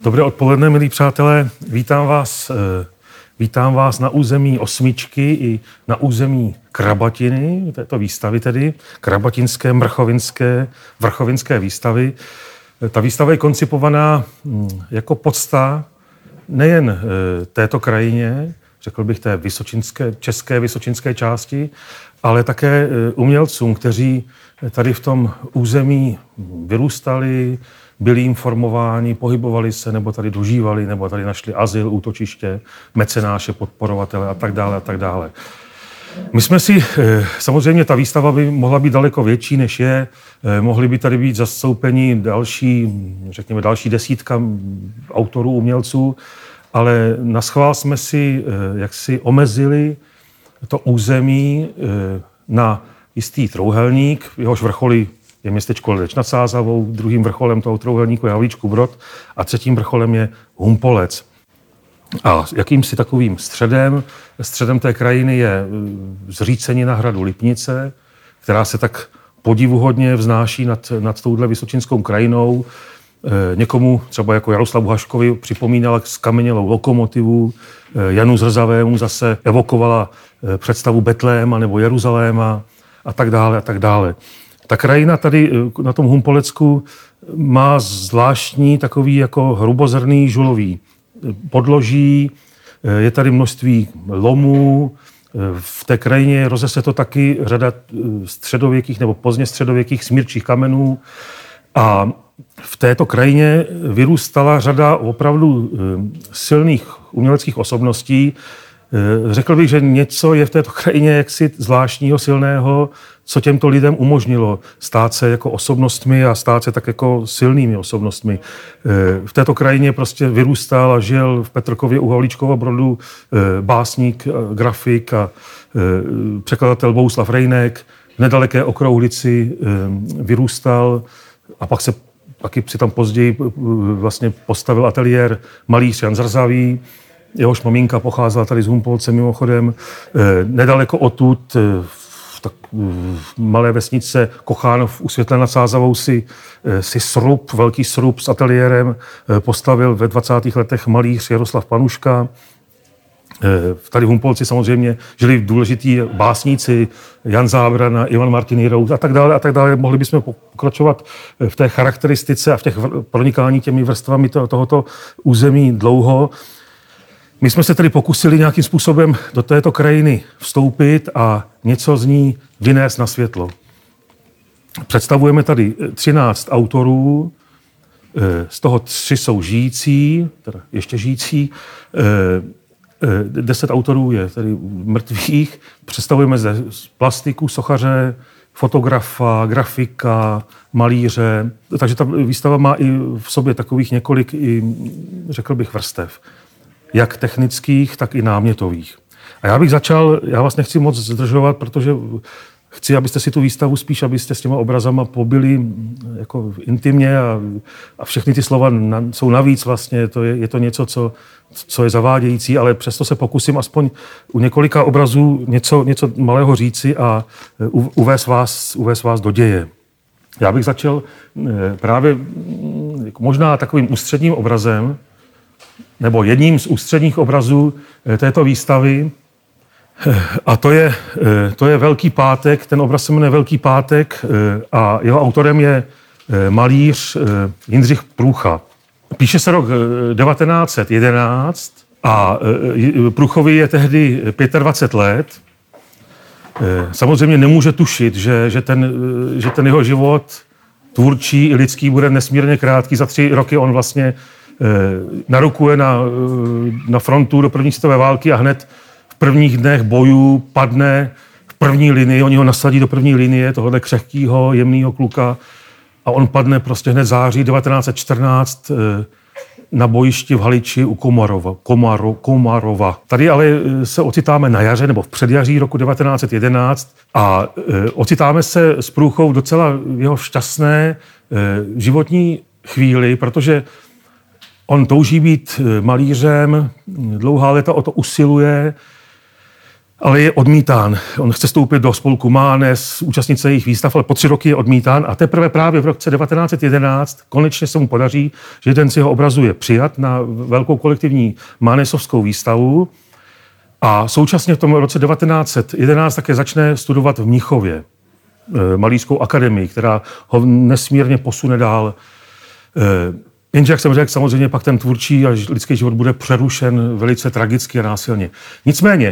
Dobré odpoledne, milí přátelé. Vítám vás na území Osmičky i na území Krabatiny, této výstavy tedy, krabatinské, vrchovinské výstavy. Ta výstava je koncipovaná jako podsta nejen této krajině, řekl bych té české vysočinské části, ale také umělcům, kteří tady v tom území vyrůstali, byli informováni, pohybovali se, nebo tady dožívali, nebo tady našli azyl, útočiště, mecenáše, podporovatele a tak dále a tak dále. My jsme si, samozřejmě ta výstava by mohla být daleko větší, než je, mohly by tady být zastoupeni další desítka autorů, umělců, ale naschvál jsme si jaksi omezili to území na jistý trouhelník, jehož vrcholy je městečko Ledeč nad Sázavou, druhým vrcholem toho trouhelníku je Havlíčkův Brod a třetím vrcholem je Humpolec. A jakýmsi takovým středem té krajiny je zřícenina hradu Lipnice, která se tak podivuhodně vznáší nad touhle vysočinskou krajinou. Někomu, třeba jako Jaroslavu Haškovi, připomínala skamenělou lokomotivu, Janu Zrzavému zase evokovala představu Betléma nebo Jeruzaléma a tak dále a tak dále. Ta krajina tady na tom Humpolecku má zvláštní takový jako hrubozrný žulový podloží, je tady množství lomů, v té krajině rozese to taky řada středověkých nebo pozdně středověkých smírčích kamenů a v této krajině vyrůstala řada opravdu silných uměleckých osobností. Řekl bych, že něco je v této krajině jaksi zvláštního, silného, co těmto lidem umožnilo stát se jako osobnostmi a stát se tak jako silnými osobnostmi. V této krajině prostě vyrůstal a žil v Petrkově u Havlíčkova Brodu básník, grafik a překladatel Bohuslav Rejnek. V nedaleké Okrouhlici vyrůstal a pak si tam později vlastně postavil ateliér malíř Jan Zrzavý. Jehož maminka pocházela tady z Humpolce mimochodem. Nedaleko odtud v malé vesnice Kochánov u Světle nad Sázavou si velký srub s ateliérem postavil ve 20. letech malíř Jaroslav Panuška. Tady v Humpolci samozřejmě žili důležití básníci Jan Zábrana, Ivan Martin Jirous a tak dále a tak dále. Mohli bychom pokračovat v té charakteristice a v těch pronikání těmi vrstvami tohoto území dlouho. My jsme se tedy pokusili nějakým způsobem do této krajiny vstoupit a něco z ní vynést na světlo. Představujeme tady 13 autorů, z toho 3 jsou žijící, teda ještě žijící, 10 autorů je tedy mrtvých. Představujeme zde plastiku, sochaře, fotografa, grafika, malíře. Takže ta výstava má i v sobě takových několik, řekl bych, vrstev. Jak technických, tak i námětových. A já vás nechci moc zdržovat, protože chci, abyste si tu výstavu spíš, abyste s těma obrazama pobyli jako intimně a všechny ty slova jsou navíc vlastně, je to něco, co je zavádějící, ale přesto se pokusím aspoň u několika obrazů něco malého říci a uvést vás do děje. Já bych začal právě možná takovým ústředním obrazem, nebo jedním z ústředních obrazů této výstavy. A to je Velký pátek, ten obraz se jmenuje Velký pátek a jeho autorem je malíř Jindřich Průcha. Píše se rok 1911 a Průchovi je tehdy 25 let. Samozřejmě nemůže tušit, že ten jeho život tvůrčí i lidský bude nesmírně krátký. Za 3 roky on vlastně narukuje na frontu do první světové války a hned v prvních dnech bojů padne v první linii. Oni ho nasadí do první linie tohohle křehkýho, jemného kluka a on padne prostě hned září 1914 na bojišti v Haliči u Komarova. Tady ale se ocitáme na jaře nebo v předjaří roku 1911 a ocitáme se s Průchou docela jeho šťastné životní chvíli, protože on touží být malířem, dlouhá léta o to usiluje ale je odmítán. On chce vstoupit do spolku Mánes, účastnit se jejich výstav, ale po 3 roky je odmítán a teprve právě v roce 1911 konečně se mu podaří, že jeden z jeho obrazů je přijat na velkou kolektivní Mánesovskou výstavu a současně v tom roce 1911 také začne studovat v Mnichově malířskou akademii, která ho nesmírně posune dál. Jenže, jak jsem řekl, samozřejmě pak ten tvůrčí a lidský život bude přerušen velice tragicky a násilně. Nicméně,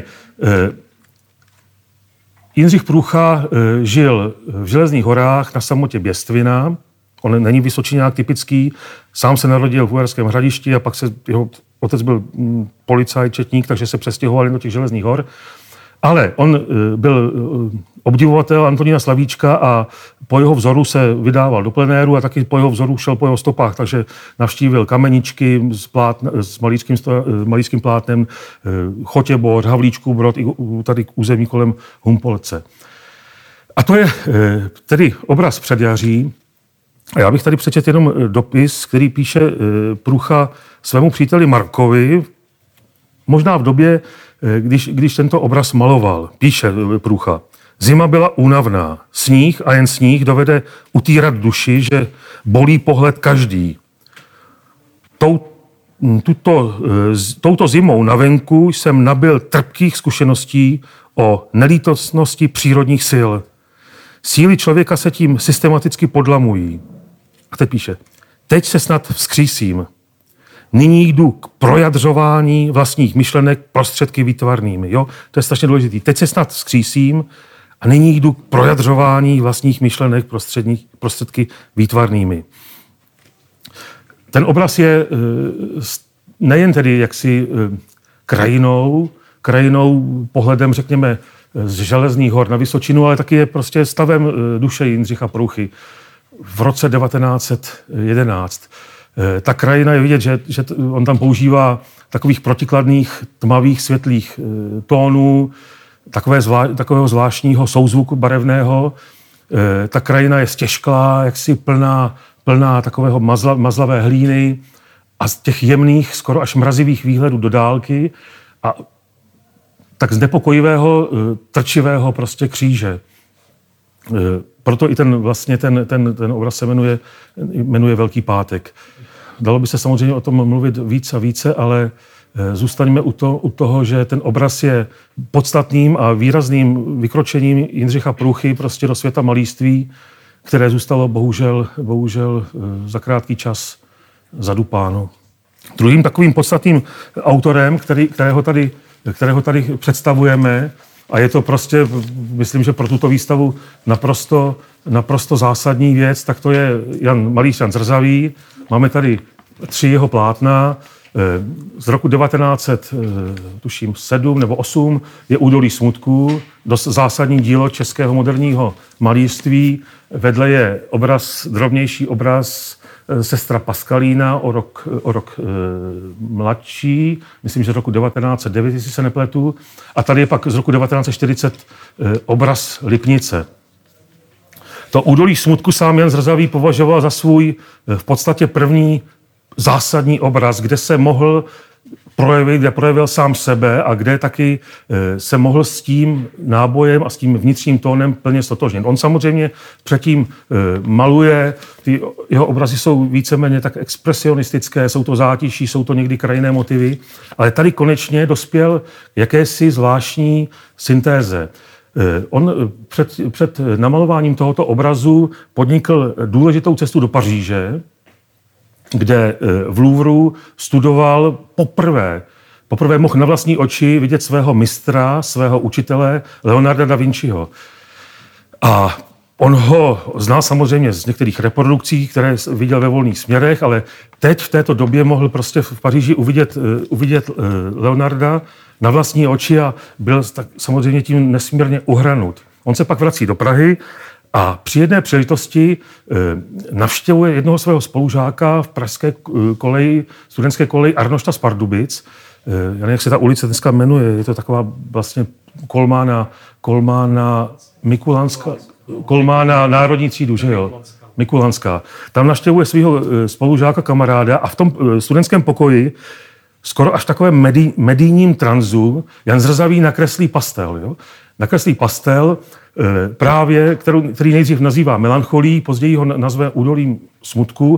Jindřich Průcha žil v Železných horách na samotě Běstvina. On není vysočiňák typický, sám se narodil v Uherském Hradišti a pak jeho otec byl policajt, četník, takže se přestěhoval do těch Železných hor. Ale on byl obdivovatel Antonína Slavíčka a po jeho vzoru se vydával do plenéru a taky po jeho vzoru šel po jeho stopách, takže navštívil Kameničky s malířským plátnem, Chotěbor, Havlíčkův Brod i tady k území kolem Humpolce. A to je tedy obraz Předjaří. A já bych tady přečetl jenom dopis, který píše Průcha svému příteli Markovi, možná v době, když tento obraz maloval. Píše Průcha. Zima byla únavná. Sníh a jen sníh dovede utírat duši, že bolí pohled každý. Touto zimou na venku jsem nabyl trpkých zkušeností o nelítostnosti přírodních sil. Síly člověka se tím systematicky podlamují. A teď píše. Teď se snad vzkřísím. Nyní jdu k projadřování vlastních myšlenek prostředky výtvarnými. Jo? To je strašně důležité. Teď se snad vzkřísím a nyní jdu k projadřování vlastních myšlenek prostředky výtvarnými. Ten obraz je nejen tedy jaksi krajinou, pohledem, řekněme, z Železných hor na Vysočinu, ale taky je prostě stavem duše Jindřicha Průchy v roce 1911. Ta krajina je vidět, že on tam používá takových protikladných, tmavých, světlých tónů, takového zvláštního souzvuku barevného. Ta krajina je stěžklá, jaksi plná takového mazlavé hlíny a z těch jemných, skoro až mrazivých výhledů do dálky a tak znepokojivého, trčivého prostě kříže. Proto i ten obraz se jmenuje Velký pátek. Dalo by se samozřejmě o tom mluvit víc a více, ale zůstaňme u toho, že ten obraz je podstatným a výrazným vykročením Jindřicha Průchy prostě do světa malířství, které zůstalo bohužel za krátký čas zadupáno. Druhým takovým podstatným autorem, kterého tady představujeme, a je to prostě, myslím, že pro tuto výstavu naprosto zásadní věc, tak to je malíř Jan Zrzavý. Máme tady 3 jeho plátna. Z roku 1907 nebo 8 je Údolí smutku, dost zásadní dílo českého moderního malířství. Vedle je drobnější obraz Sestra Paskalína, o rok mladší, myslím, že roku 1909, jestli se nepletu. A tady je pak z roku 1940 obraz Lipnice. To Údolí smutku sám Jan Zrzavý považoval za svůj v podstatě první zásadní obraz, kde se mohl projevit, kde projevil sám sebe a kde taky se mohl s tím nábojem a s tím vnitřním tónem plně stotožnit. On samozřejmě předtím maluje, ty jeho obrazy jsou víceméně tak expresionistické, jsou to zátiší, jsou to někdy krajinné motivy, ale tady konečně dospěl jakési zvláštní syntéze. On před namalováním tohoto obrazu podnikl důležitou cestu do Paříže, kde v Louvru studoval poprvé mohl na vlastní oči vidět svého mistra, svého učitele Leonarda da Vinciho. A on ho znal samozřejmě z některých reprodukcí, které viděl ve volných směrech, ale teď v této době mohl prostě v Paříži uvidět Leonarda na vlastní oči a byl tak samozřejmě tím nesmírně uhranut. On se pak vrací do Prahy a při jedné příležitosti navštěvuje jednoho svého spolužáka v pražské studentské koleji Arnošta z Pardubic. Já nevím, jak se ta ulice dneska jmenuje, je to taková vlastně Kolmána Mikulanská, Kolmána národní třídu, že jo? Mikulanská. Tam navštěvuje svého spolužáka, kamaráda a v tom studentském pokoji skoro až v takovém medijním tranzu Jan Zrzavý nakreslí pastel. Jo? Nakreslí pastel, právě, který nejdřív nazývá melancholí, později ho nazve údolím smutku.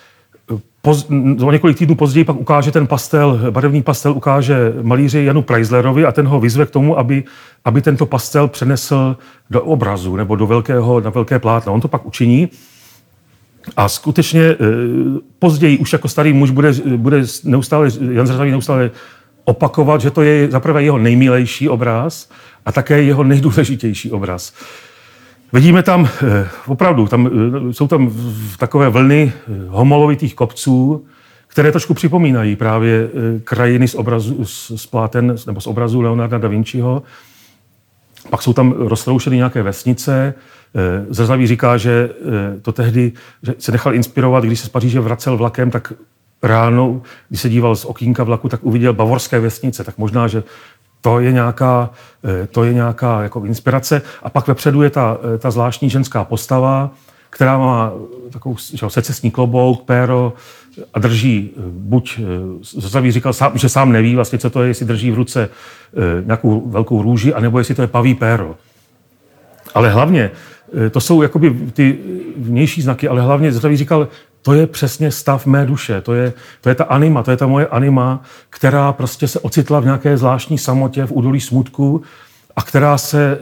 O několik týdnů později pak ukáže ten pastel, barevný pastel ukáže malíři Janu Preislerovi a ten ho vyzve k tomu, aby tento pastel přenesl do obrazu nebo na velké plátno. On to pak učiní a skutečně později už jako starý muž bude neustále, Jan Zrzavý neustále opakovat, že to je zaprvé jeho nejmilejší obraz a také jeho nejdůležitější obraz. Vidíme tam, opravdu, jsou tam takové vlny homolovitých kopců, které trošku připomínají právě krajiny z pláten nebo z obrazu Leonarda da Vinciho. Pak jsou tam roztroušeny nějaké vesnice. Zrzavý říká, že to tehdy že se nechal inspirovat, když se z Paříže vracel vlakem, tak ráno, když se díval z okýnka vlaku, tak uviděl bavorské vesnice. Tak možná, že to je nějaká jako inspirace. A pak vepředu je ta zvláštní ženská postava, která má takovou secesní klobouk, péro a drží buď, Zrzavý říkal, že sám neví vlastně, co to je, jestli drží v ruce nějakou velkou růži, anebo jestli to je paví péro. Ale hlavně, to jsou jakoby ty vnější znaky, ale hlavně Zrzavý říkal, to je přesně stav mé duše, to je ta anima, to je ta moje anima, která prostě se ocitla v nějaké zvláštní samotě v údolí smutku a která se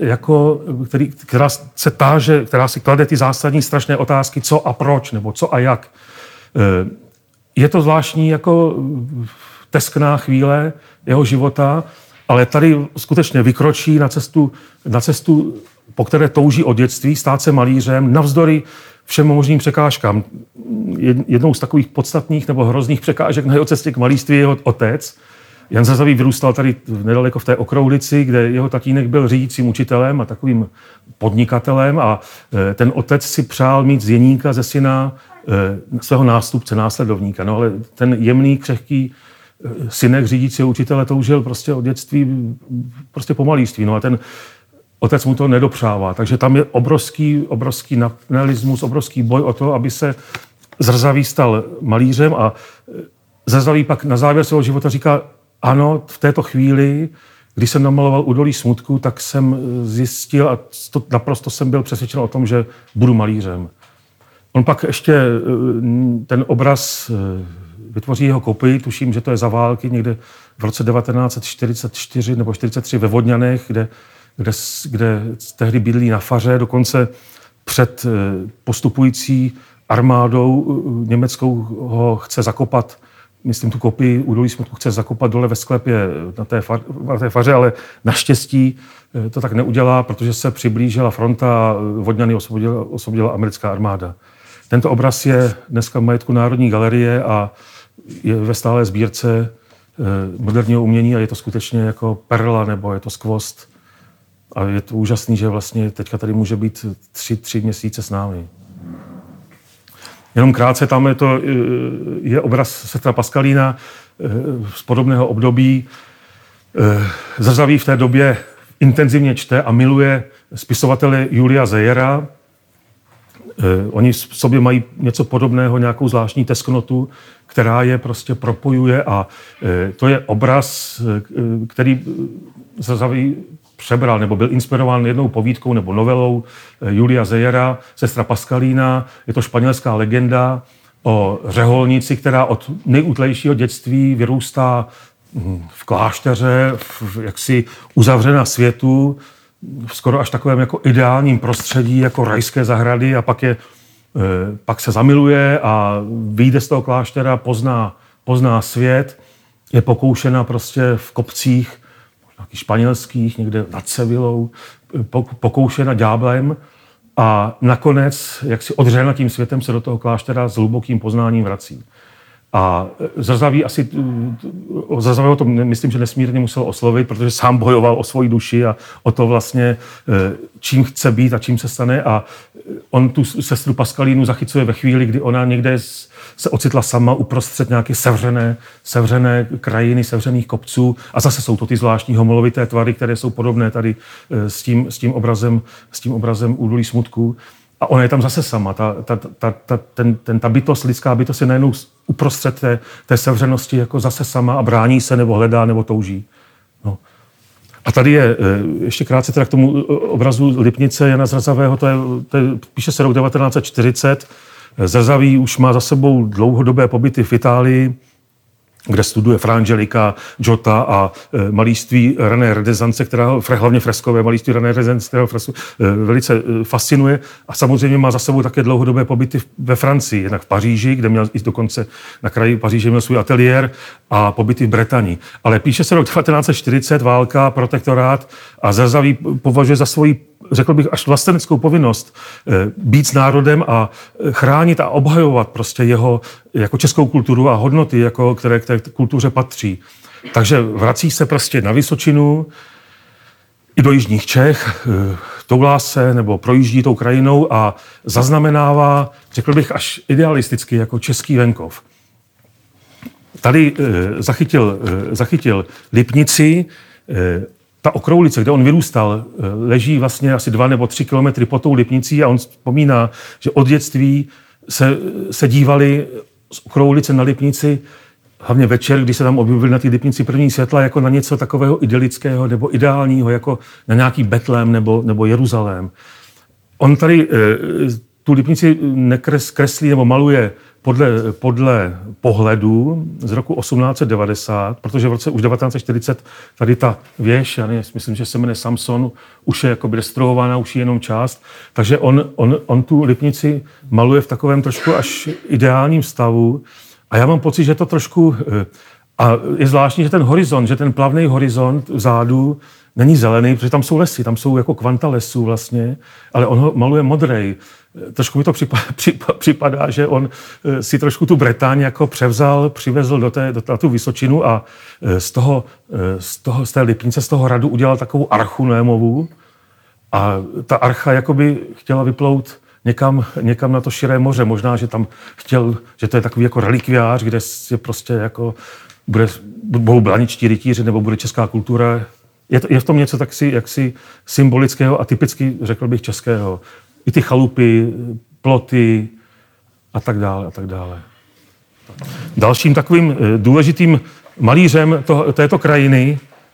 táže, která si klade ty zásadní strašné otázky, co a proč, nebo co a jak. Je to zvláštní jako teskná chvíle jeho života, ale tady skutečně vykročí na cestu, po které touží od dětství, stát se malířem, navzdory všem možným překážkám. Jednou z takových podstatných nebo hrozných překážek na jeho cestě k malířství je jeho otec. Jan Zrzavý vyrůstal tady nedaleko v té Okroulici, kde jeho tatínek byl řídícím učitelem a takovým podnikatelem a ten otec si přál mít z Jeníka ze syna svého nástupce, následovníka. No ale ten jemný, křehký synek řídícího učitele toužil prostě od dětství prostě po malířství. No a ten otec mu to nedopřává. Takže tam je obrovský nacionalismus, obrovský boj o to, aby se Zrzavý stal malířem a Zrzavý pak na závěr svého života říká, ano, v této chvíli, když jsem namaloval údolí smutku, tak jsem zjistil a naprosto jsem byl přesvědčen o tom, že budu malířem. On pak ještě ten obraz vytvoří jeho kopii, tuším, že to je za války, někde v roce 1944 nebo 1943 ve Vodňanech, kde tehdy bydlí na faře, dokonce před postupující armádou německou ho chce zakopat, myslím tu kopii údolí smutku chce zakopat dole ve sklepě na té faře, ale naštěstí to tak neudělá, protože se přiblížila fronta a Vodňany osvobodila americká armáda. Tento obraz je dneska v majetku Národní galerie a je ve stálé sbírce moderního umění a je to skutečně jako perla nebo je to skvost. A je to úžasný, že vlastně teďka tady může být 3 měsíce s námi. Jenom krátce, tam je obraz sestra Pascalina z podobného období. Zrzavý v té době intenzivně čte a miluje spisovatele Julia Zejera. Oni v sobě mají něco podobného, nějakou zvláštní tesknotu, která je prostě propojuje a to je obraz, který Zrzavý přebral nebo byl inspirován jednou povídkou nebo novelou Julia Zejera, sestra Pascalina. Je to španělská legenda o řeholnici, která od nejútlejšího dětství vyrůstá v klášteře, jaksi uzavřena světu, v skoro až takovém jako ideálním prostředí, jako rajské zahrady a pak se zamiluje a vyjde z toho kláštera, pozná svět, je pokoušena prostě v kopcích španělských, někde nad Sevilou, pokoušena ďáblem a nakonec, jak si odřena tím světem, se do toho kláštera s hlubokým poznáním vrací. A Zrzavý Zrzavého to myslím, že nesmírně musel oslovit, protože sám bojoval o svoji duši a o to vlastně, čím chce být a čím se stane. A on tu sestru Pascalinu zachycuje ve chvíli, kdy ona někde se ocitla sama uprostřed nějaké sevřené krajiny, sevřených kopců. A zase jsou to ty zvláštní homolovité tvary, které jsou podobné tady s tím obrazem údolí smutku. A ona je tam zase sama. Ta bytost, lidská bytost je najednou uprostřed té sevřenosti jako zase sama a brání se, nebo hledá, nebo touží. No. A tady je, ještě krátce teda k tomu obrazu Lipnice Jana Zrazavého, píše se rok 1940. Zrazavý už má za sebou dlouhodobé pobyty v Itálii, kde studuje Fra Angelica, Giotto a malířství rané renesance, hlavně freskové malířství rané renesance, kterého velice fascinuje. A samozřejmě má za sebou také dlouhodobé pobyty ve Francii, jednak v Paříži, kde měl i dokonce na kraji Paříže měl svůj ateliér, a pobyty v Bretani. Ale píše se rok 1940, válka, protektorát, a Zrazavý považuje za svoji, řekl bych, až vlasteneckou povinnost být s národem a chránit a obhajovat prostě jeho jako českou kulturu a hodnoty, které k té kultuře patří. Takže vrací se prostě na Vysočinu i do jižních Čech, toulá se nebo projíždí tou krajinou a zaznamenává, řekl bych, až idealisticky jako český venkov. Tady zachytil Lipnici. Ta okroulice, kde on vyrůstal, leží vlastně asi 2 nebo 3 kilometry pod tou Lipnicí a on vzpomíná, že od dětství se dívali z okroulice na Lipnici, hlavně večer, když se tam objevili na té Lipnici první světla, jako na něco takového idylického nebo ideálního, jako na nějaký Betlém nebo Jeruzalém. On tady tu Lipnici kreslí nebo maluje podle pohledu z roku 1890, protože v roce už 1940 tady ta věž, já myslím, že se jmenuje Samson, už je jakoby destruována, už je jenom část, takže on tu Lipnici maluje v takovém trošku až ideálním stavu a já mám pocit, že to trošku, a je zvláštní, že ten horizont, že ten plavný horizont vzadu není zelený, protože tam jsou lesy, tam jsou jako kvanta lesů vlastně, ale on ho maluje modrej. Trošku mi to připadá, že on si trošku tu Bretaň jako převzal, přivezl na tu Vysočinu a z té Lipnice, z toho hradu udělal takovou archu Noémovu a ta archa jakoby chtěla vyplout někam na to širé moře. Možná, že tam chtěl, že to je takový jako relikviář, kde je prostě jako budou blaničtí rytíři nebo bude česká kultura. Je v tom něco jaksi symbolického a typicky, řekl bych, českého. I ty chalupy, ploty a tak dále, a tak dále. Dalším takovým důležitým malířem této krajiny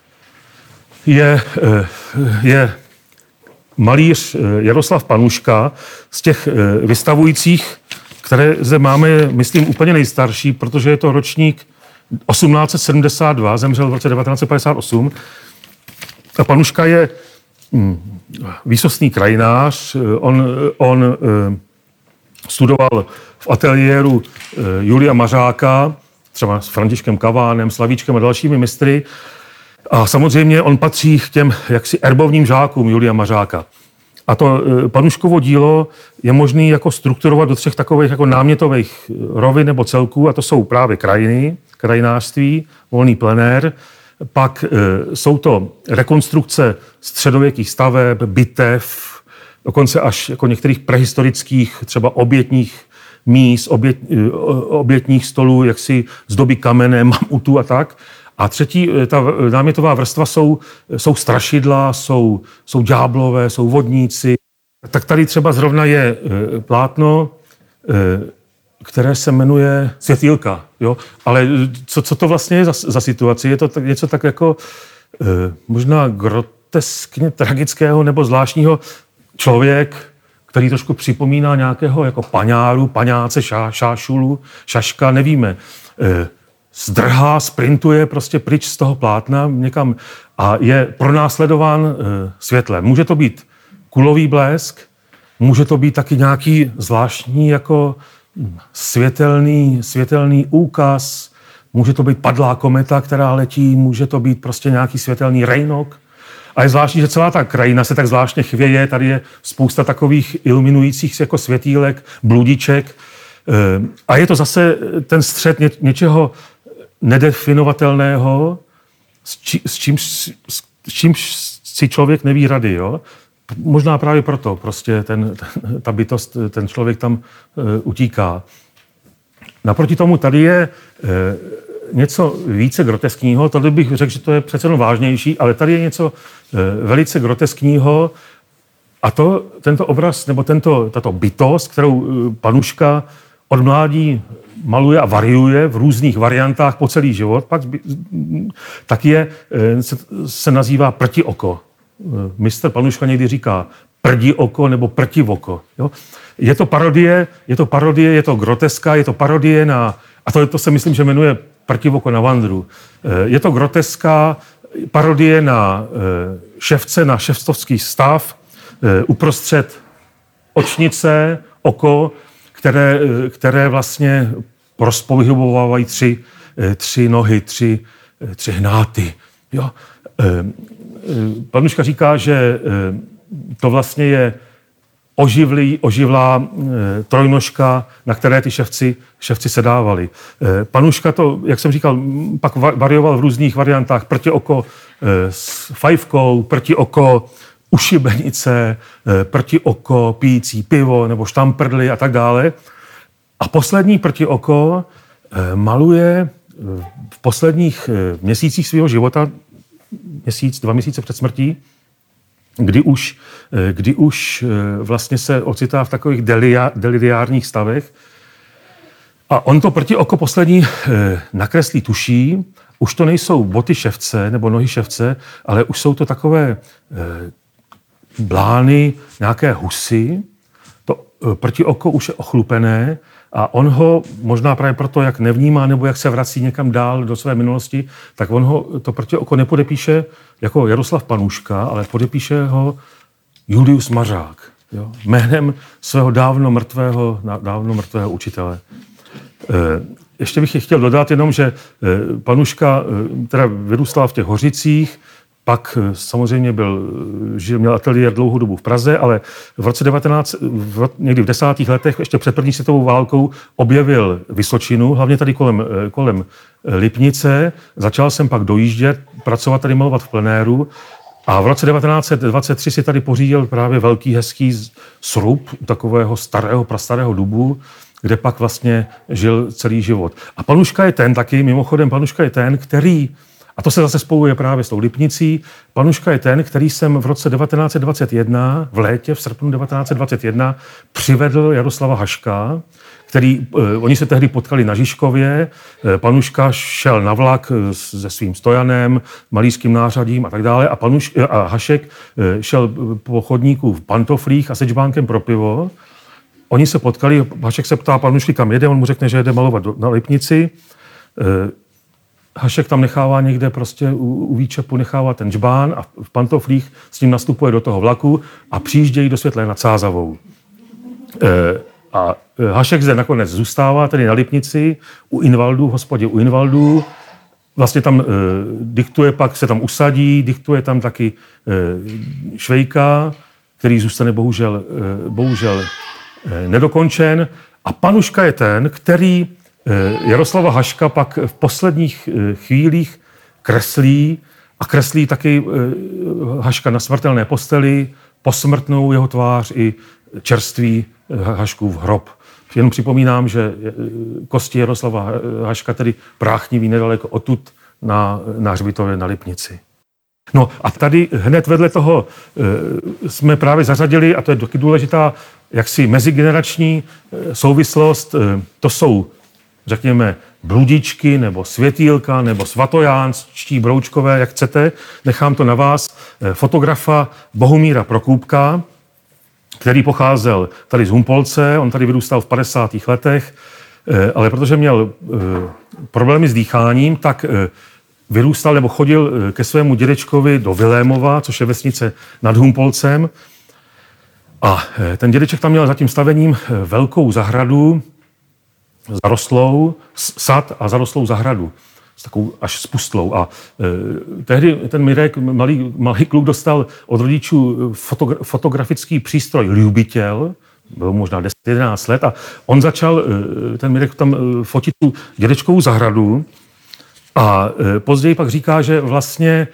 je malíř Jaroslav Panuška. Z těch vystavujících, které zde máme, myslím, úplně nejstarší, protože je to ročník 1872, zemřel v roce 1958. A Panuška je výsostný krajinář. On studoval v ateliéru Julia Mařáka, třeba s Františkem Kavánem, Slavíčkem a dalšími mistry. A samozřejmě on patří k těm jaksi erbovním žákům Julia Mařáka. A to Panuškovo dílo je možné jako strukturovat do 3 takových jako námětových rovin nebo celků, a to jsou právě krajiny, krajinářství, volný plenér. Pak jsou to rekonstrukce středověkých staveb, bitev, dokonce až jako některých prehistorických, třeba obětních míst, obětních stolů, jaksi z doby kamene, mamutů a tak. A třetí, ta námětová vrstva jsou strašidla, jsou ďáblové, jsou vodníci. Tak tady třeba zrovna je plátno, které se jmenuje Světýlka. Jo? Ale co to vlastně je za situaci? Je to něco tak jako možná groteskně tragického nebo zvláštního. Člověk, který trošku připomíná nějakého jako paňáru, paňáce, šášulu, šaška, nevíme. Zdrhá, sprintuje prostě pryč z toho plátna někam a je pronásledován světlem. Může to být kulový blesk, může to být taky nějaký zvláštní jako světelný úkaz, může to být padlá kometa, která letí, může to být prostě nějaký světelný rejnok. A je zvláštní, že celá ta krajina se tak zvláštně chvěje, tady je spousta takových iluminujících jako světýlek, bludiček. A je to zase ten střed něčeho nedefinovatelného, s čím si člověk neví rady. Jo? Možná právě proto prostě ta bytost, ten člověk tam utíká. Naproti tomu tady je něco více groteskního, tady bych řekl, že to je přece jenom vážnější, ale tady je něco velice groteskního A tento obraz, nebo tato bytost, kterou Panuška od mládí maluje a variuje v různých variantách po celý život, tak se nazývá prtioko. Mistr Panuška někdy říká prdi oko nebo prtivoko. Jo? Je to parodie, je to groteska, je to parodie a to se myslím, že jmenuje prtivoko na vandru. Je to groteska, parodie na ševce, na ševstovský stav, uprostřed očnice, oko, které vlastně rozpohybovávají tři nohy, tři hnáty. Jo? Panuška říká, že to vlastně je oživlá trojnožka, na které ty ševci sedávali. Panuška to, jak jsem říkal, pak varioval v různých variantách. Prti oko s fajfkou, prti oko u šibenice, prti oko pijící pivo nebo štamprdly a tak dále. A poslední prti oko maluje v posledních měsících svého života, dva měsíce před smrtí, kdy už vlastně se ocitá v takových deliriárních stavech. A on to proti oko poslední nakreslí tuší. Už to nejsou boty ševce nebo nohy ševce, ale už jsou to takové blány, nějaké husy. To proti oko už je ochlupené a on ho možná právě proto, jak nevnímá nebo jak se vrací někam dál do své minulosti, tak on ho to proti oko nepodepíše jako Jaroslav Panuška, ale podepíše ho Julius Mařák. Jo? Jménem svého dávno mrtvého učitele. Ještě bych chtěl dodat jenom, že Panuška teda vyrůstal v těch Hořicích, pak samozřejmě měl ateliér dlouhou dobu v Praze, ale v roce 19, někdy v 10. letech, ještě před první světovou válkou, objevil Vysočinu, hlavně tady kolem Lipnice. Začal jsem pak dojíždět, pracovat tady, malovat v plenéru. A v roce 1923 si tady pořídil právě velký, hezký srub takového prastarého dubu, kde pak vlastně žil celý život. A Panuška je ten, který, a to se zase spojuje právě s tou Lipnicí, Panuška je ten, který jsem v roce 1921, v srpnu 1921, přivedl Jaroslava Haška, oni se tehdy potkali na Žižkově, Panuška šel na vlak se svým stojanem, malířským nářadím a tak dále a Hašek šel po chodníku v pantoflích a se džbánkem pro pivo. Oni se potkali, Hašek se ptá Panušky, kam jede, on mu řekne, že jede malovat na Lipnici. Hašek tam nechává někde prostě u výčepu, nechává ten džbán a v pantoflích s ním nastupuje do toho vlaku a přijíždějí do Světlé nad Sázavou. A Hašek zde nakonec zůstává, tedy na Lipnici, v hospodě u Invaldů. Vlastně tam diktuje, pak se tam usadí, diktuje tam taky Švejka, který zůstane bohužel nedokončen. A Panuška je ten, který Jaroslava Haška pak v posledních chvílích kreslí taky Haška na smrtelné posteli, posmrtnou jeho tvář i čerstvý Haškův hrob. Jenom připomínám, že kosti Jaroslava Haška tedy práchniví nedaleko odtud na hřbitově na Lipnici. No a tady hned vedle toho jsme právě zařadili, a to je taky důležitá jaksi mezigenerační souvislost, to jsou, řekněme, bludičky, nebo světýlka, nebo svatojánští broučkové, jak chcete. Nechám to na vás. Fotografa Bohumíra Prokůpka, který pocházel tady z Humpolce, on tady vyrůstal v 50. letech, ale protože měl problémy s dýcháním, tak vyrůstal nebo chodil ke svému dědečkovi do Vilémova, což je vesnice nad Humpolcem. A ten dědeček tam měl za tím stavením velkou zahradu, zarostlou, sad a zarostlou zahradu, s takovou až spustlou. A tehdy ten Mirek, malý kluk, dostal od rodičů fotografický přístroj Ljubitěl, bylo možná 10-11 let, a on začal, ten Mirek, tam fotit tu dědečkovou zahradu a později pak říká, že vlastně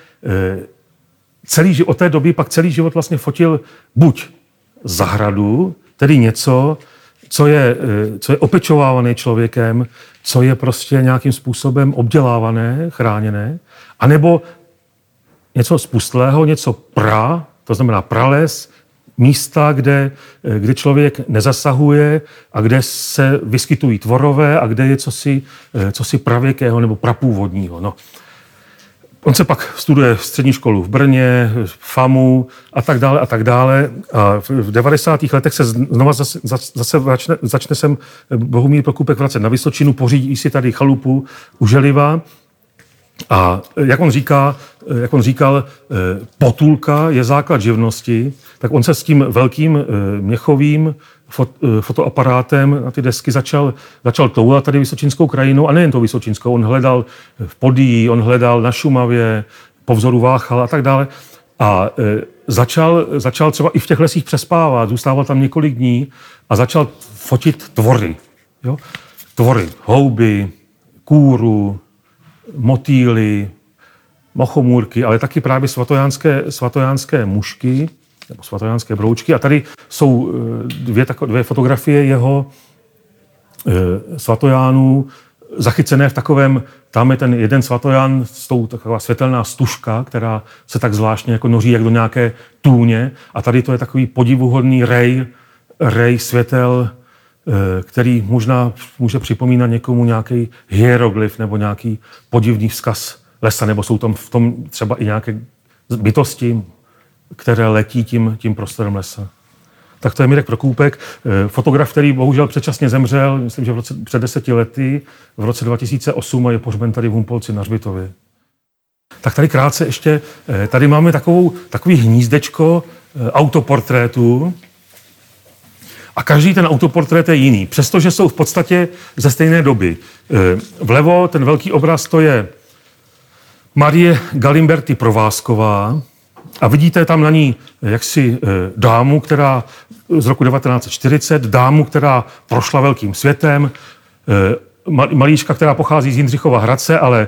od té doby pak celý život vlastně fotil buď zahradu, tedy něco, co je opečovávané člověkem, co je prostě nějakým způsobem obdělávané, chráněné, anebo něco spustlého, něco to znamená prales, místa, kde člověk nezasahuje a kde se vyskytují tvorové a kde je cosi pravěkého nebo prapůvodního. No. On se pak studuje střední školu v Brně, FAMu a tak dále a tak dále. A v 90. letech se znova zase začne sem Bohumír Prokůpek vracet na Vysočinu, pořídí si tady chalupu u Želiva. A jak on říkal, potulka je základ živnosti, tak on se s tím velkým měchovým fotoaparátem na ty desky začal toulat tady vysočinskou krajinou, a nejen tou vysočinskou, on hledal v Podíji, on hledal na Šumavě, po vzoru Váchala a tak dále. A začal třeba i v těch lesích přespávat, zůstával tam několik dní a začal fotit tvory. Jo? Tvory, houby, kůru, motýly, mochomůrky, ale taky právě svatojánské mušky nebo svatojánské broučky. A tady jsou dvě fotografie jeho svatojánů zachycené v takovém, tam je ten jeden svatoján s tou taková světelná stužka, která se tak zvláštně jako noří jak do nějaké tůně. A tady to je takový podivuhodný rej světel, který možná může připomínat někomu nějaký hieroglyf nebo nějaký podivný vzkaz lesa, nebo jsou tam v tom třeba i nějaké bytosti, které letí tím prostorem lesa. Tak to je Mirek Prokůpek, fotograf, který bohužel předčasně zemřel, myslím, že před 10 lety, v roce 2008, a je pohřben tady v Humpolci na hřbitově. Tak tady krátce ještě, tady máme takový hnízdečko autoportrétů, a každý ten autoportrét je jiný, přestože jsou v podstatě ze stejné doby. Vlevo ten velký obraz, to je Marie Galimberti Provázková a vidíte tam na ní jaksi dámu, která z roku 1940, dámu, která prošla velkým světem, malíčka, která pochází z Jindřichova Hradce, ale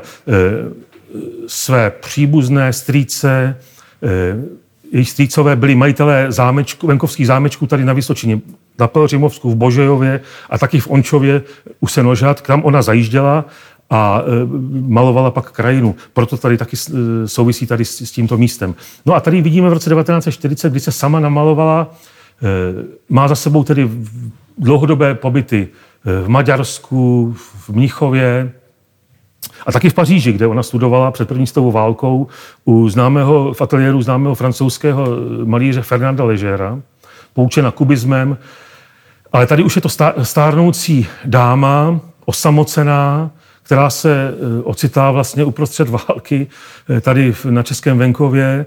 své příbuzné strýce, jejich strýcové byli majitelé venkovských zámečků tady na Vysočině, na Pelhřimovsku, v Božejově a taky v Ončově u Senožat, kam ona zajížděla a malovala pak krajinu. Proto tady taky souvisí tady s tímto místem. No a tady vidíme v roce 1940, kdy se sama namalovala, má za sebou tedy dlouhodobé pobyty v Maďarsku, v Mnichově a taky v Paříži, kde ona studovala před první světovou válkou v ateliéru známého francouzského malíře Fernanda Legera, poučena kubismem. Ale tady už je to stárnoucí dáma, osamocená, která se ocitá vlastně uprostřed války tady na českém venkově.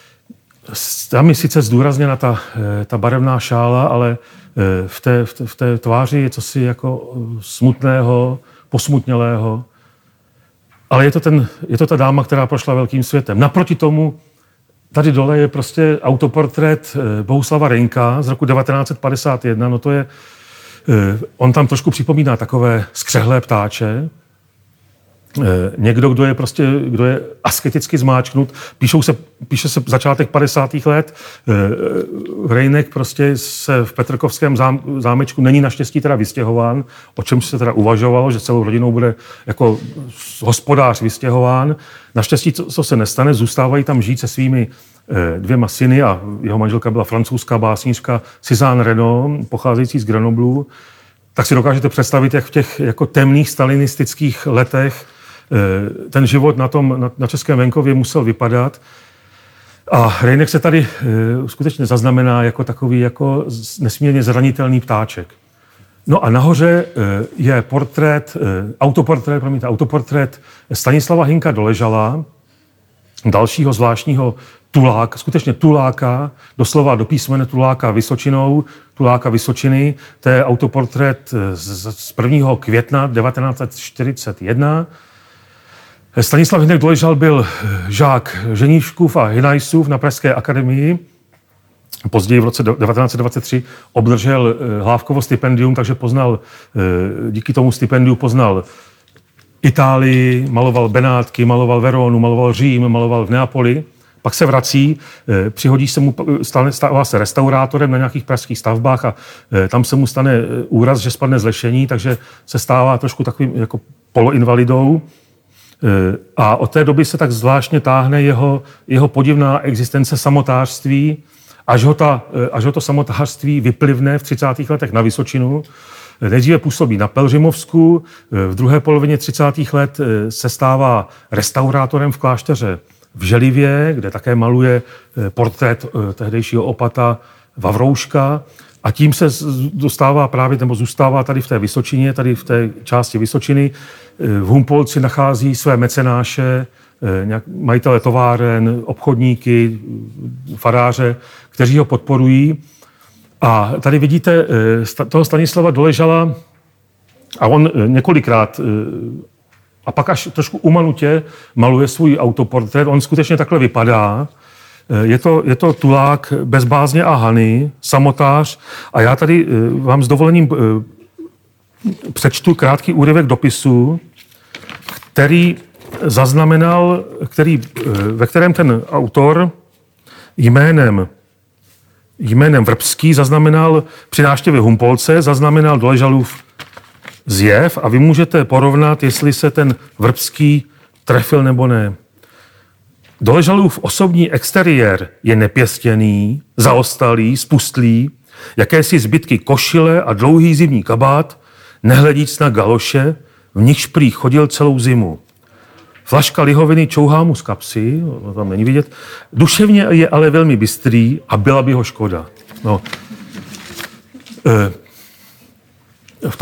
Tam je sice zdůrazněna ta barevná šála, ale v té tváři je cosi jako smutného, posmutnělého. Ale je to ta dáma, která prošla velkým světem. Naproti tomu tady dole je prostě autoportrét Bohuslava Reynka z roku 1951. No to je, on tam trošku připomíná takové skřehlé ptáče. Někdo, kdo je asketicky zmáčknut. Píše se začátek 50. let. Rejnek prostě se v Petrkovském zámečku není naštěstí teda vystěhován, o čem se teda uvažovalo, že celou rodinou bude jako hospodář vystěhován. Naštěstí, co se nestane, zůstávají tam žít se svými 2 syny a jeho manželka byla francouzská básnířka Suzanne Renaud, pocházející z Grenoblu. Tak si dokážete představit, jak v těch jako temných stalinistických letech ten život na českém venkově musel vypadat. A Rejnek se tady skutečně zaznamená jako takový jako nesmírně zranitelný ptáček. No a nahoře je autoportrét Stanislava Hynka Doležala, dalšího zvláštního tuláka, skutečně tuláka, doslova do písmene tuláka Vysočinou, tuláka Vysočiny. To je autoportrét z 1. května 1941. Stanislav Hynek Doležal byl žák Ženíškův a Hynajsův na Pražské akademii. Později v roce 1923 obdržel Hlávkovo stipendium, takže díky tomu stipendiu poznal Itálii, maloval Benátky, maloval Veronu, maloval Řím, maloval v Neapoli. Pak se vrací, přihodí se mu, stává se restaurátorem na nějakých pražských stavbách a tam se mu stane úraz, že spadne z lešení, takže se stává trošku takovým jako poloinvalidou. A od té doby se tak zvláštně táhne jeho podivná existence samotářství až ho to samotářství vyplivne v 30. letech na Vysočinu. Nejdříve působí na Pelřimovsku, v druhé polovině 30. let se stává restaurátorem v klášteře v Želivě, kde také maluje portrét tehdejšího opata Vavrouška, a tím se dostává právě, nebo zůstává tady v té Vysočině, tady v té části Vysočiny. V Humpolci nachází své mecenáše, majitele továren, obchodníky, faráře, kteří ho podporují. A tady vidíte toho Stanislava Doležala, a on několikrát, a pak až trošku umanutě maluje svůj autoportrét. On skutečně takhle vypadá. Je to tulák bez bázně a hany, samotář. A já tady vám s dovolením přečtu krátký úryvek dopisu, ve kterém ten autor jménem Vrbský zaznamenal při návštěvě Humpolce, zaznamenal Doležalův zjev a vy můžete porovnat, jestli se ten Vrbský trefil nebo ne. Doležalův osobní exteriér je nepěstěný, zaostalý, spustlý, jakési zbytky košile a dlouhý zimní kabát, nehledíc na galoše, v nichž prý chodil celou zimu. Flaška lihoviny čouhá mu z kapsy, tam není vidět. Duševně je ale velmi bystrý a byla by ho škoda. No. V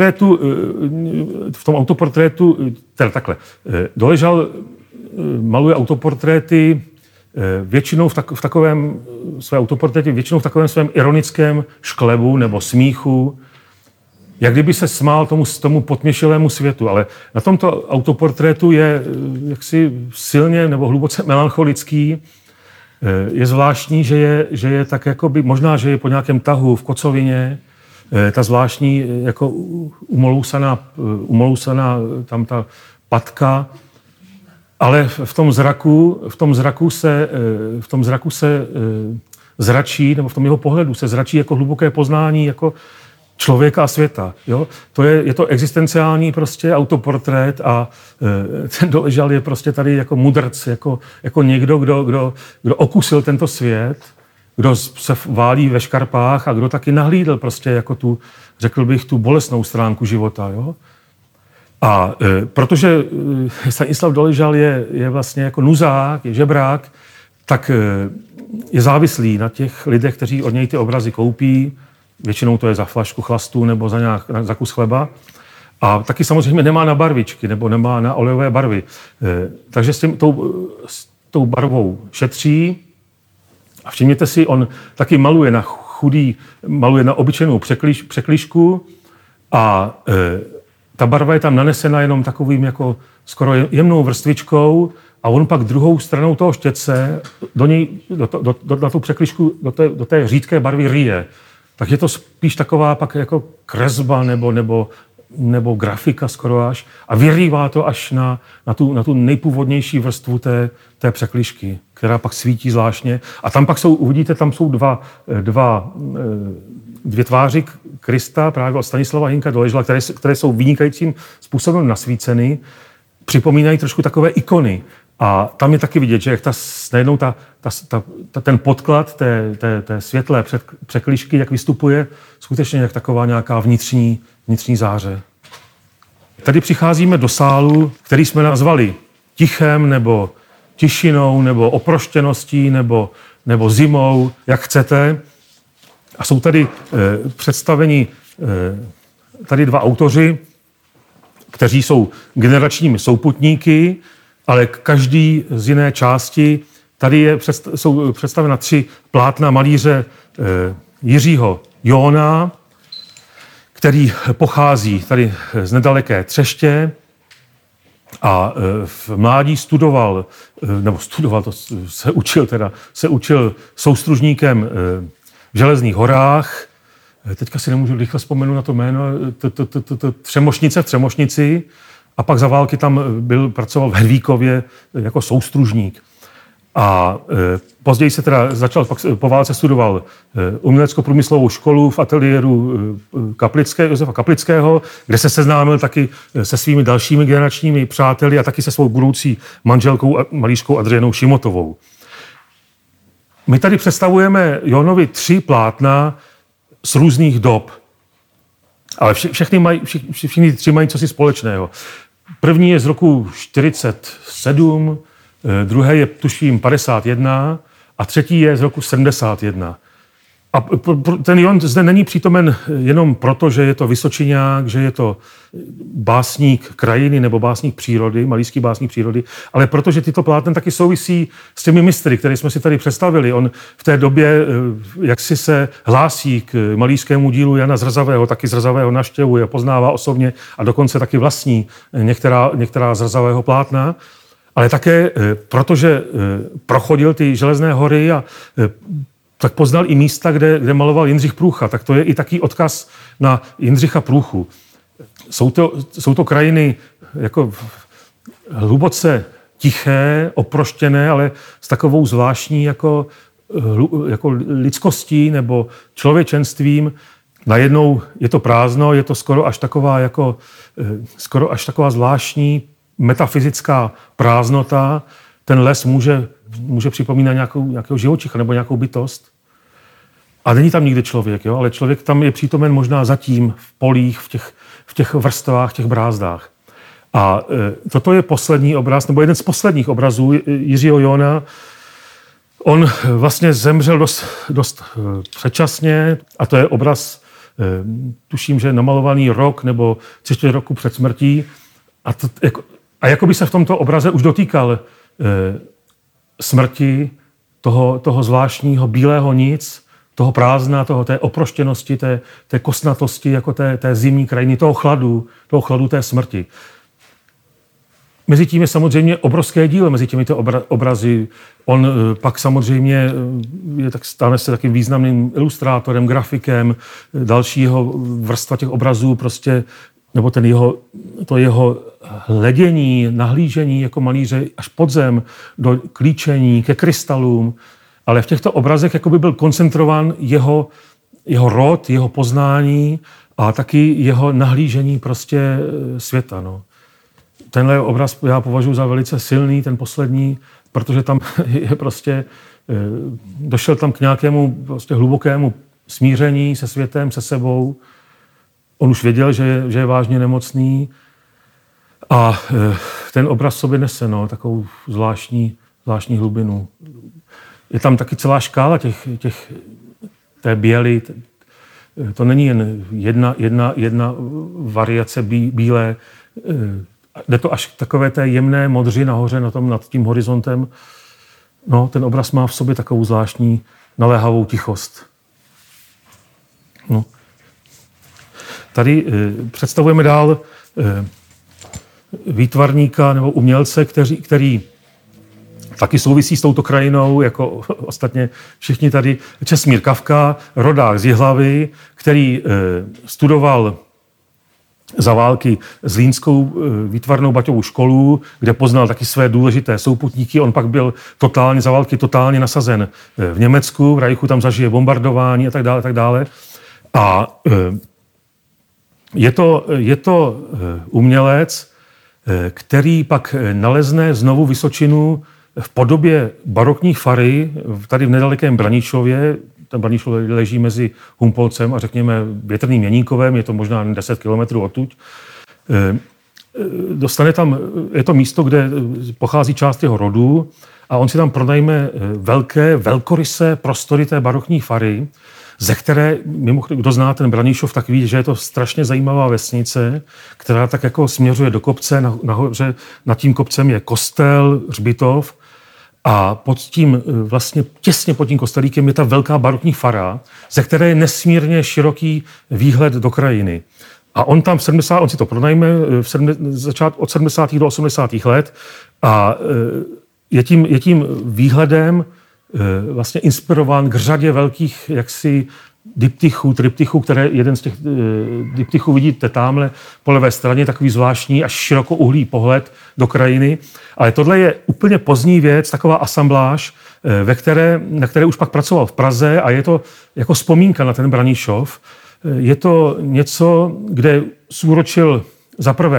tom autoportrétu, teda takhle, Doležal maluje autoportréty většinou v takovém svém ironickém šklebu nebo smíchu, jak kdyby se smál tomu potměšilému světu, ale na tomto autoportrétu je jaksi silně nebo hluboce melancholický. Je zvláštní, že je tak jakoby, možná, že je po nějakém tahu v kocovině, ta zvláštní jako umolousaná tam ta patka, ale v tom zraku se zračí, nebo v tom jeho pohledu se zračí jako hluboké poznání jako člověka a světa. Jo? Je to existenciální prostě autoportrét a ten Doležal je prostě tady jako mudrc, jako někdo, kdo okusil tento svět, kdo se válí ve škarpách a kdo taky nahlídl prostě jako řekl bych, tu bolestnou stránku života. Jo? A protože Stanislav Doležal je vlastně jako nuzák, je žebrák, tak je závislý na těch lidech, kteří od něj ty obrazy koupí. Většinou to je za flašku chlastu nebo za kus chleba. A taky samozřejmě nemá na barvičky nebo nemá na olejové barvy. Takže s tou barvou šetří. A všimněte si, on taky maluje na obyčejnou překližku a ta barva je tam nanesena jenom takovým jako skoro jemnou vrstvičkou a on pak druhou stranou toho štětce na tu překližku do té řídké barvy rýje. Tak je to spíš taková pak jako kresba nebo grafika skoro až a vyrývá to až na tu nejpůvodnější vrstvu té překližky, která pak svítí zvláštně. A tam pak uvidíte, tam jsou dvě tváři Krista, právě od Stanislava Hynka Doležala, které jsou vynikajícím způsobem nasvíceny, připomínají trošku takové ikony. A tam je taky vidět, že jak najednou ten podklad té světlé překližky, jak vystupuje, skutečně jak taková nějaká vnitřní záře. Tady přicházíme do sálu, který jsme nazvali tichem, nebo tišinou, nebo oproštěností, nebo zimou, jak chcete. A jsou tady představeni tady dva autoři, kteří jsou generačními souputníky, ale každý z jiné části. Tady jsou představena 3 plátna malíře Jiřího Jóna, který pochází tady z nedaleké Třeště a v mládí se učil soustružníkem v Železných horách. Teďka si nemůžu rychle vzpomenout na to jméno, Třemošnice v Třemošnici. A pak za války tam pracoval v Hedvíkově jako soustružník. A později se teda po válce studoval umělecko-průmyslovou školu v ateliéru Josefa Kaplického, kde se seznámil taky se svými dalšími generačními přáteli a taky se svou budoucí manželkou malířkou Adrianou Šimotovou. My tady představujeme Jonovi 3 plátna z různých dob. Ale všichni 3 mají cosi společného. První je z roku 47, druhé je tuším 51 a třetí je z roku 71. A ten Jon zde není přítomen jenom proto, že je to vysočiňák, že je to básník krajiny nebo básník přírody, malířský básník přírody, ale protože tyto plátna taky souvisí s těmi mistry, které jsme si tady představili. On v té době jaksi se hlásí k malířskému dílu Jana Zrzavého, taky Zrzavého navštěvuje, poznává osobně a dokonce taky vlastní některá Zrzavého plátna. Ale také protože prochodil ty Železné hory a tak poznal i místa, kde maloval Jindřich Průcha. Tak to je i taký odkaz na Jindřicha Průchu. Jsou to krajiny jako hluboce tiché, oproštěné, ale s takovou zvláštní jako lidskostí nebo člověčenstvím. Najednou je to prázdno, je to skoro až taková zvláštní metafyzická prázdnota. Ten les může připomínat nějakého živočicha nebo nějakou bytost. A není tam nikdy člověk, jo? Ale člověk tam je přítomen možná zatím, v polích, v těch vrstvách, v těch brázdách. A toto je poslední obraz, nebo jeden z posledních obrazů Jiřího Jona. On vlastně zemřel dost předčasně a to je obraz, tuším, že namalovaný rok nebo 3 roku před smrtí. A jako by se v tomto obraze už dotýkal smrti, toho zvláštního bílého nic, toho prázdna, té oproštěnosti, té kostnatosti, jako té zimní krajiny, toho chladu té smrti. Mezi tím je samozřejmě obrovské dílo, mezi těmito obrazy. On pak samozřejmě stane se takým významným ilustrátorem, grafikem, dalšího vrstva těch obrazů, prostě, nebo to jeho hledění, nahlížení jako malíře až pod zem, do klíčení, ke krystalům. Ale v těchto obrazech jako by byl koncentrován jeho rod, jeho poznání a taky jeho nahlížení prostě světa. No. Tenhle obraz já považuji za velice silný, ten poslední, protože tam je prostě, došel tam k nějakému prostě hlubokému smíření se světem, se sebou. On už věděl, že je vážně nemocný a ten obraz sobě nese takovou zvláštní hlubinu. Je tam taky celá škála té běly. To není jen jedna variace bílé. Jde to až k takové té jemné modři nahoře nad tím horizontem. No, ten obraz má v sobě takovou zvláštní naléhavou tichost. No. Tady představujeme dál výtvarníka nebo umělce, který taky souvisí s touto krajinou, jako ostatně všichni tady. Česmír Kafka, rodák z Jihlavy, který studoval za války Zlínskou výtvarnou Baťovu školu, kde poznal taky své důležité souputníky. On pak byl za války totálně nasazen v Německu, v Reichu tam zažije bombardování a tak dále. A je to umělec, který pak nalezne znovu Vysočinu v podobě barokní fary tady v nedalekém Braníčově. Ten Braníčov leží mezi Humpolcem a řekněme Větrným Jeníkovem, je to možná 10 kilometrů odtud. Dostane tam, je to místo, kde pochází část jeho rodu a on si tam pronajme velkorysé prostory té barokní fary, ze které, mimochodem, kdo zná ten Braníčov, tak ví, že je to strašně zajímavá vesnice, která tak jako směřuje do kopce, nahoře nad tím kopcem je kostel, hřbitov a pod tím, vlastně těsně pod tím kostelíkem je ta velká barokní fara, ze které je nesmírně široký výhled do krajiny. A on tam on si to pronajme od 70. do 80. let a je tím výhledem vlastně inspirován k řadě velkých jaksi triptychů, které jeden z těch diptychů vidíte tamhle po levé straně, takový zvláštní až širokouhlý pohled do krajiny. Ale tohle je úplně pozdní věc, taková asambláž, na které už pak pracoval v Praze a je to jako vzpomínka na ten Braníčov. Je to něco, kde zúročil za prvé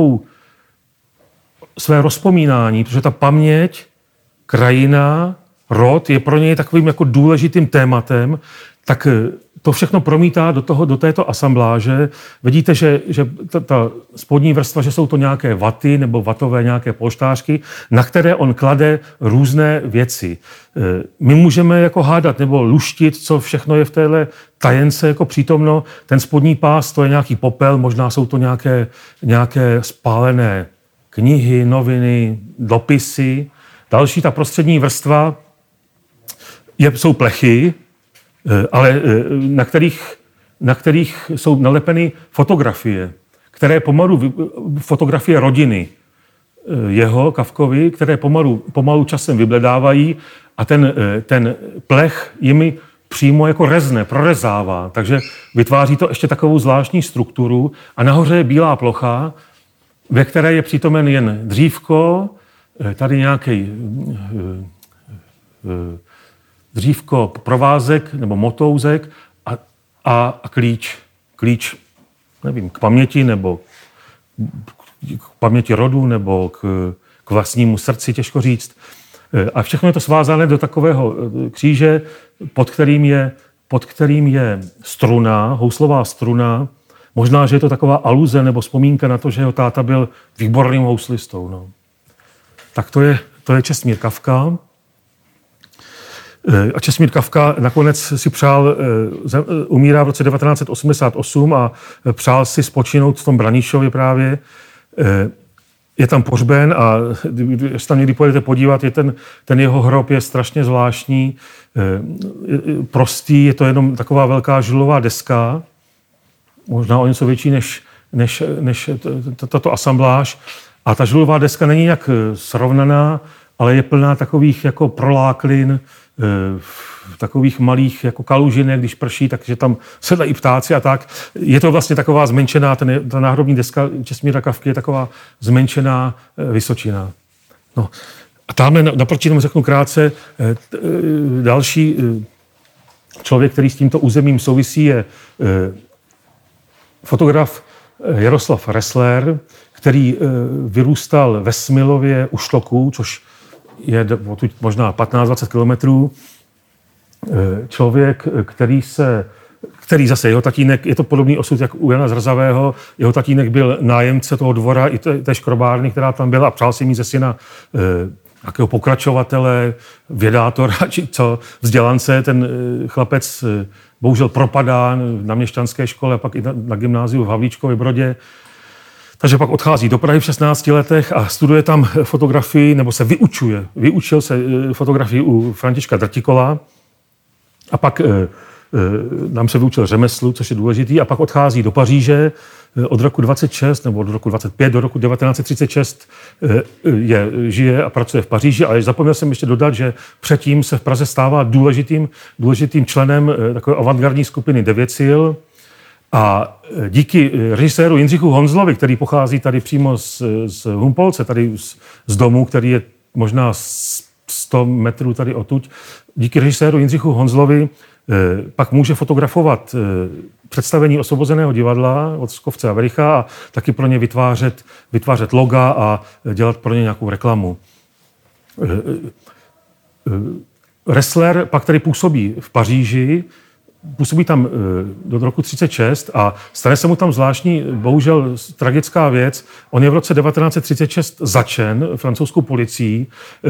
své rozpomínání, protože ta paměť, krajina, rod je pro něj takovým jako důležitým tématem, tak to všechno promítá do této asambláže. Vidíte, že ta spodní vrstva, že jsou to nějaké vaty nebo vatové nějaké polštářky, na které on klade různé věci. My můžeme jako hádat nebo luštit, co všechno je v téhle tajence jako přítomno. Ten spodní pás, to je nějaký popel, možná jsou to nějaké spálené knihy, noviny, dopisy. Další, ta prostřední vrstva, jsou plechy, ale na kterých jsou nalepeny fotografie, které fotografie rodiny jeho, Kafkovy, které pomalu časem vybledávají a ten plech jimi přímo jako prorezává. Takže vytváří to ještě takovou zvláštní strukturu a nahoře je bílá plocha, ve které je přítomen jen dřívko, tady nějaký dřívko, provázek nebo motouzek a klíč. Klíč, nevím, k paměti nebo k paměti rodu nebo k vlastnímu srdci, těžko říct. A všechno je to svázané do takového kříže, pod kterým je struna, houslová struna. Možná, že je to taková aluze nebo vzpomínka na to, že jeho táta byl výborným houslistou. No. Tak to je Čestmír Kafka. A Čestmír Kafka nakonec si umírá v roce 1988 a přál si spočinout v tom Braníšově právě. Je tam pohřben a když tam někdy pojedete podívat, ten jeho hrob je strašně zvláštní, prostý, je to jenom taková velká žulová deska, možná o něco větší než tato asambláž. A ta žulová deska není nějak srovnaná, ale je plná takových jako proláklin, takových malých jako kalužinek, když prší, takže tam sedají ptáci a tak. Je to vlastně taková zmenšená, ta náhrobní deska Čestmíra Kafky je taková zmenšená Vysočina. No. A tamhle naproti tomu řeknu krátce, další člověk, který s tímto územím souvisí, je fotograf Jaroslav Ressler, který vyrůstal ve Smilově u Štoků, což je možná 15-20 kilometrů. Člověk, který zase, jeho tatínek, je to podobný osud jak u Jana Zrzavého, jeho tatínek byl nájemce toho dvora i té škrobárny, která tam byla a přál si mít ze syna nějakého pokračovatele, vědátora, či co, vzdělance. Ten chlapec bohužel propadá na měšťanské škole, pak i na gymnáziu v Havlíčkově Brodě. Takže pak odchází do Prahy v 16 letech a studuje tam fotografii, nebo se vyučil se fotografii u Františka Drtikola a pak nám se vyučil řemeslu, což je důležitý, a pak odchází do Paříže od roku 26 nebo od roku 25 do roku 1936 žije a pracuje v Paříži, ale zapomněl jsem ještě dodat, že předtím se v Praze stává důležitým členem takové avantgardní skupiny Devět sil. A díky režiséru Jindřichu Honzlovi, který pochází tady přímo z Humpolce, tady z domu, který je možná 100 metrů tady odtud, díky režiséru Jindřichu Honzlovi pak může fotografovat představení Osvobozeného divadla od Skovce a Vericha a taky pro ně vytvářet loga a dělat pro ně nějakou reklamu. Ressler pak tady působí v Paříži, působí tam do roku 1936 a stane se mu tam zvláštní, bohužel tragická věc. On je v roce 1936 zatčen francouzskou policií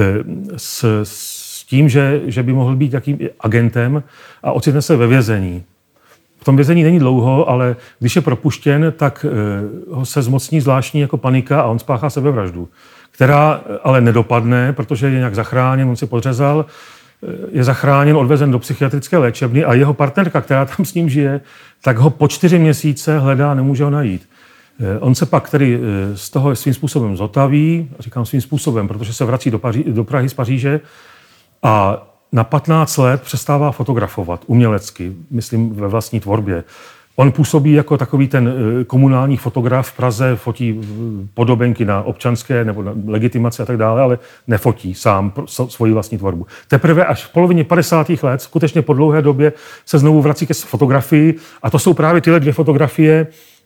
s tím, že by mohl být jakým agentem a ocitne se ve vězení. V tom vězení není dlouho, ale když je propuštěn, tak ho se zmocní zvláštní jako panika a on spáchá sebevraždu, která ale nedopadne, protože je nějak zachráněn, on si podřezal, je zachráněn, odvezen do psychiatrické léčebny a jeho partnerka, která tam s ním žije, tak ho po 4 měsíce hledá a nemůže ho najít. On se pak tedy z toho svým způsobem zotaví, říkám svým způsobem, protože se vrací do Prahy z Paříže a na 15 let přestává fotografovat umělecky, myslím ve vlastní tvorbě. On působí jako takový ten komunální fotograf v Praze, fotí podobenky na občanské nebo na legitimaci a tak dále, ale nefotí sám svoji vlastní tvorbu. Teprve až v polovině 50. let, skutečně po dlouhé době, se znovu vrací ke fotografii a to jsou právě tyhle 2 fotografie,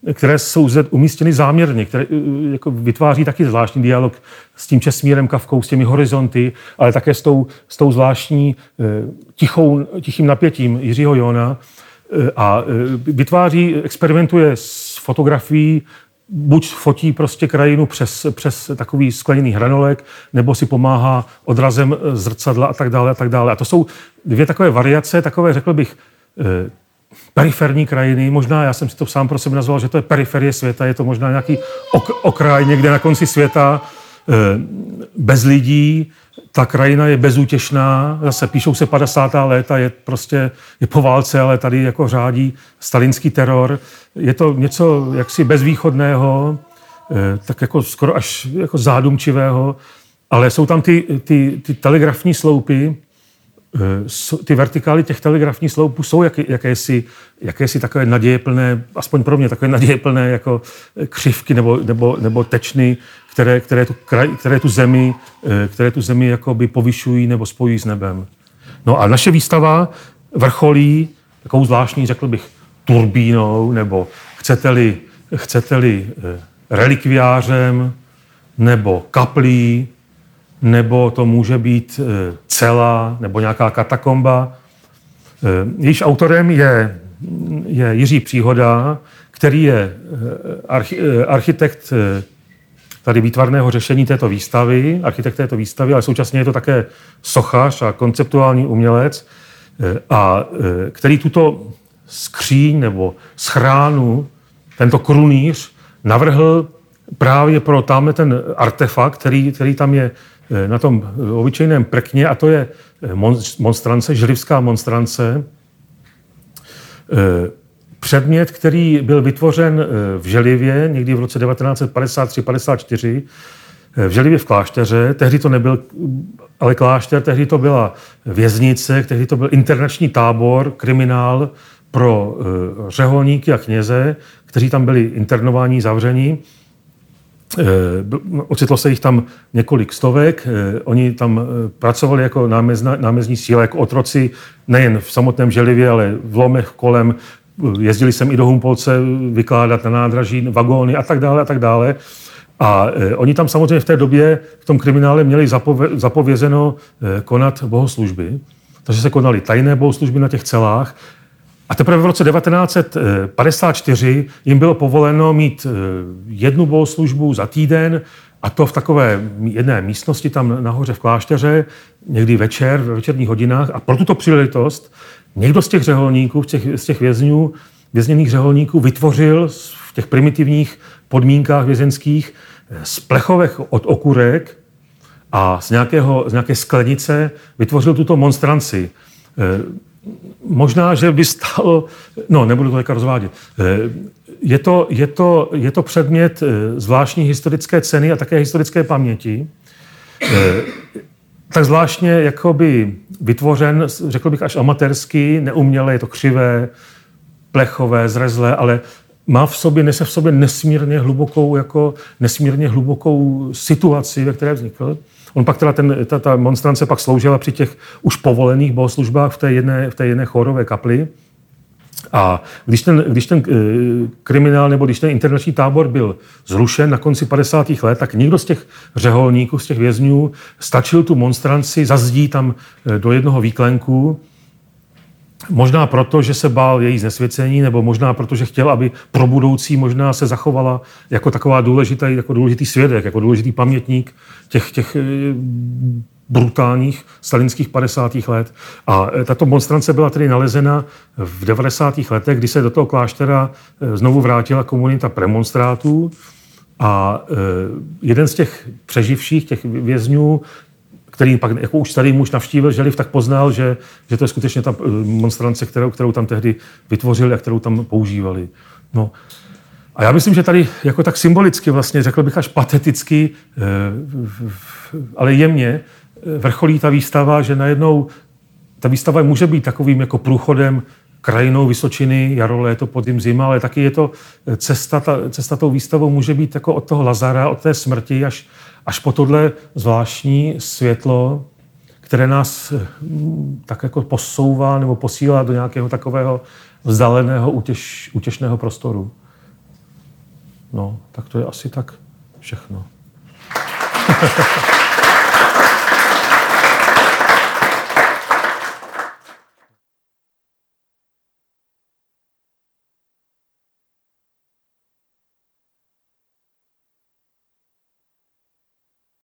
které jsou zde umístěny záměrně, které jako vytváří taky zvláštní dialog s tím Česmírem Kafkou, s těmi horizonty, ale také s tou zvláštní tichým napětím Jiřího Johna a vytváří, experimentuje s fotografií, buď fotí prostě krajinu přes takový skleněný hranolek, nebo si pomáhá odrazem zrcadla a tak dále a tak dále. A to jsou dvě takové variace, takové, řekl bych, periferní krajiny. Možná, já jsem si to sám pro sebe nazval, že to je periferie světa, je to možná nějaký okraj někde na konci světa, bez lidí, ta krajina je bezútěšná, zase píšou se 50. léta, je po válce, ale tady jako řádí stalinský teror. Je to něco jaksi bezvýchodného, tak jako skoro až jako zádumčivého, ale jsou tam ty telegrafní sloupy, ty vertikály těch telegrafních sloupů jsou jakési takové nadějeplné, aspoň pro mě takové nadějeplné jako křivky nebo tečny, které tu zemi jakoby povyšují nebo spojují s nebem. No a naše výstava vrcholí takovou zvláštní, řekl bych, turbínou, nebo chcete-li relikviářem, nebo kaplí, nebo to může být cela, nebo nějaká katakomba. Jejíž autorem je Jiří Příhoda, který je architekt tady výtvarného řešení této výstavy, architekt této výstavy, ale současně je to také sochař a konceptuální umělec, a který tuto skříň nebo schránu, tento krunýř, navrhl právě pro tamhle ten artefakt, který tam je na tom obyčejném prkně, a to je monstrance, želivská monstrance. Předmět, který byl vytvořen v Želivě někdy v roce 1953-54, v Želivě v klášteře. Tehdy to nebyl ale klášter, tehdy to byla věznice, tehdy to byl internační tábor, kriminál pro řeholníky a kněze, kteří tam byli internováni, zavření. Ocitlo se jich tam několik stovek, oni tam pracovali jako námezní síla, jako otroci, nejen v samotném Želivě, ale v lomech kolem, jezdili jsem i do Humpolce vykládat na nádraží, vagóny a tak dále a tak dále. A oni tam samozřejmě v té době v tom kriminále měli zapovězeno konat bohoslužby, takže se konaly tajné bohoslužby na těch celách. A teprve v roce 1954 jim bylo povoleno mít jednu bohoslužbu za týden, a to v takové jedné místnosti tam nahoře v klášteře, někdy večer, ve večerních hodinách. A pro tuto příležitost někdo z těch řeholníků, z těch vězněných řeholníků vytvořil v těch primitivních podmínkách vězeňských z plechovek od okurek a z nějaké sklenice vytvořil tuto monstranci. Možná, že by stalo... No, nebudu to teďka rozvádět. Je to předmět zvláštní historické ceny a také historické paměti. Tak zvláštně jakoby vytvořen, řekl bych až amatérsky, neuměle, je to křivé, plechové, zrezlé, ale nese v sobě nesmírně hlubokou situaci, ve které vznikl. On pak ta monstrance pak sloužila při těch už povolených bohoslužbách v té jedné chórové kapli. A když ten kriminál nebo když ten internační tábor byl zrušen na konci 50. let, tak někdo z těch řeholníků, z těch vězňů stačil tu monstranci za zdí tam do jednoho výklenku. Možná proto, že se bál její znesvěcení, nebo možná proto, že chtěl, aby pro budoucí možná se zachovala jako taková důležitý svědek, jako důležitý pamětník těch brutálních stalinských 50. let. A tato monstrance byla tedy nalezena v 90. letech, kdy se do toho kláštera znovu vrátila komunita premonstrátů a jeden z těch přeživších, těch vězňů, který pak jako už starý muž navštívil Želiv, tak poznal, že to je skutečně ta monstrance, kterou tam tehdy vytvořili a kterou tam používali. No. A já myslím, že tady jako tak symbolicky, vlastně řekl bych až pateticky, ale jemně, vrcholí ta výstava, že najednou ta výstava může být takovým jako průchodem krajinou Vysočiny, jaro, léto, podzim, zima, ale taky je to cesta tou výstavou může být jako od toho Lazara, od té smrti až po tohle zvláštní světlo, které nás tak jako posouvá nebo posílá do nějakého takového vzdáleného, útěšného prostoru. No, tak to je asi tak všechno.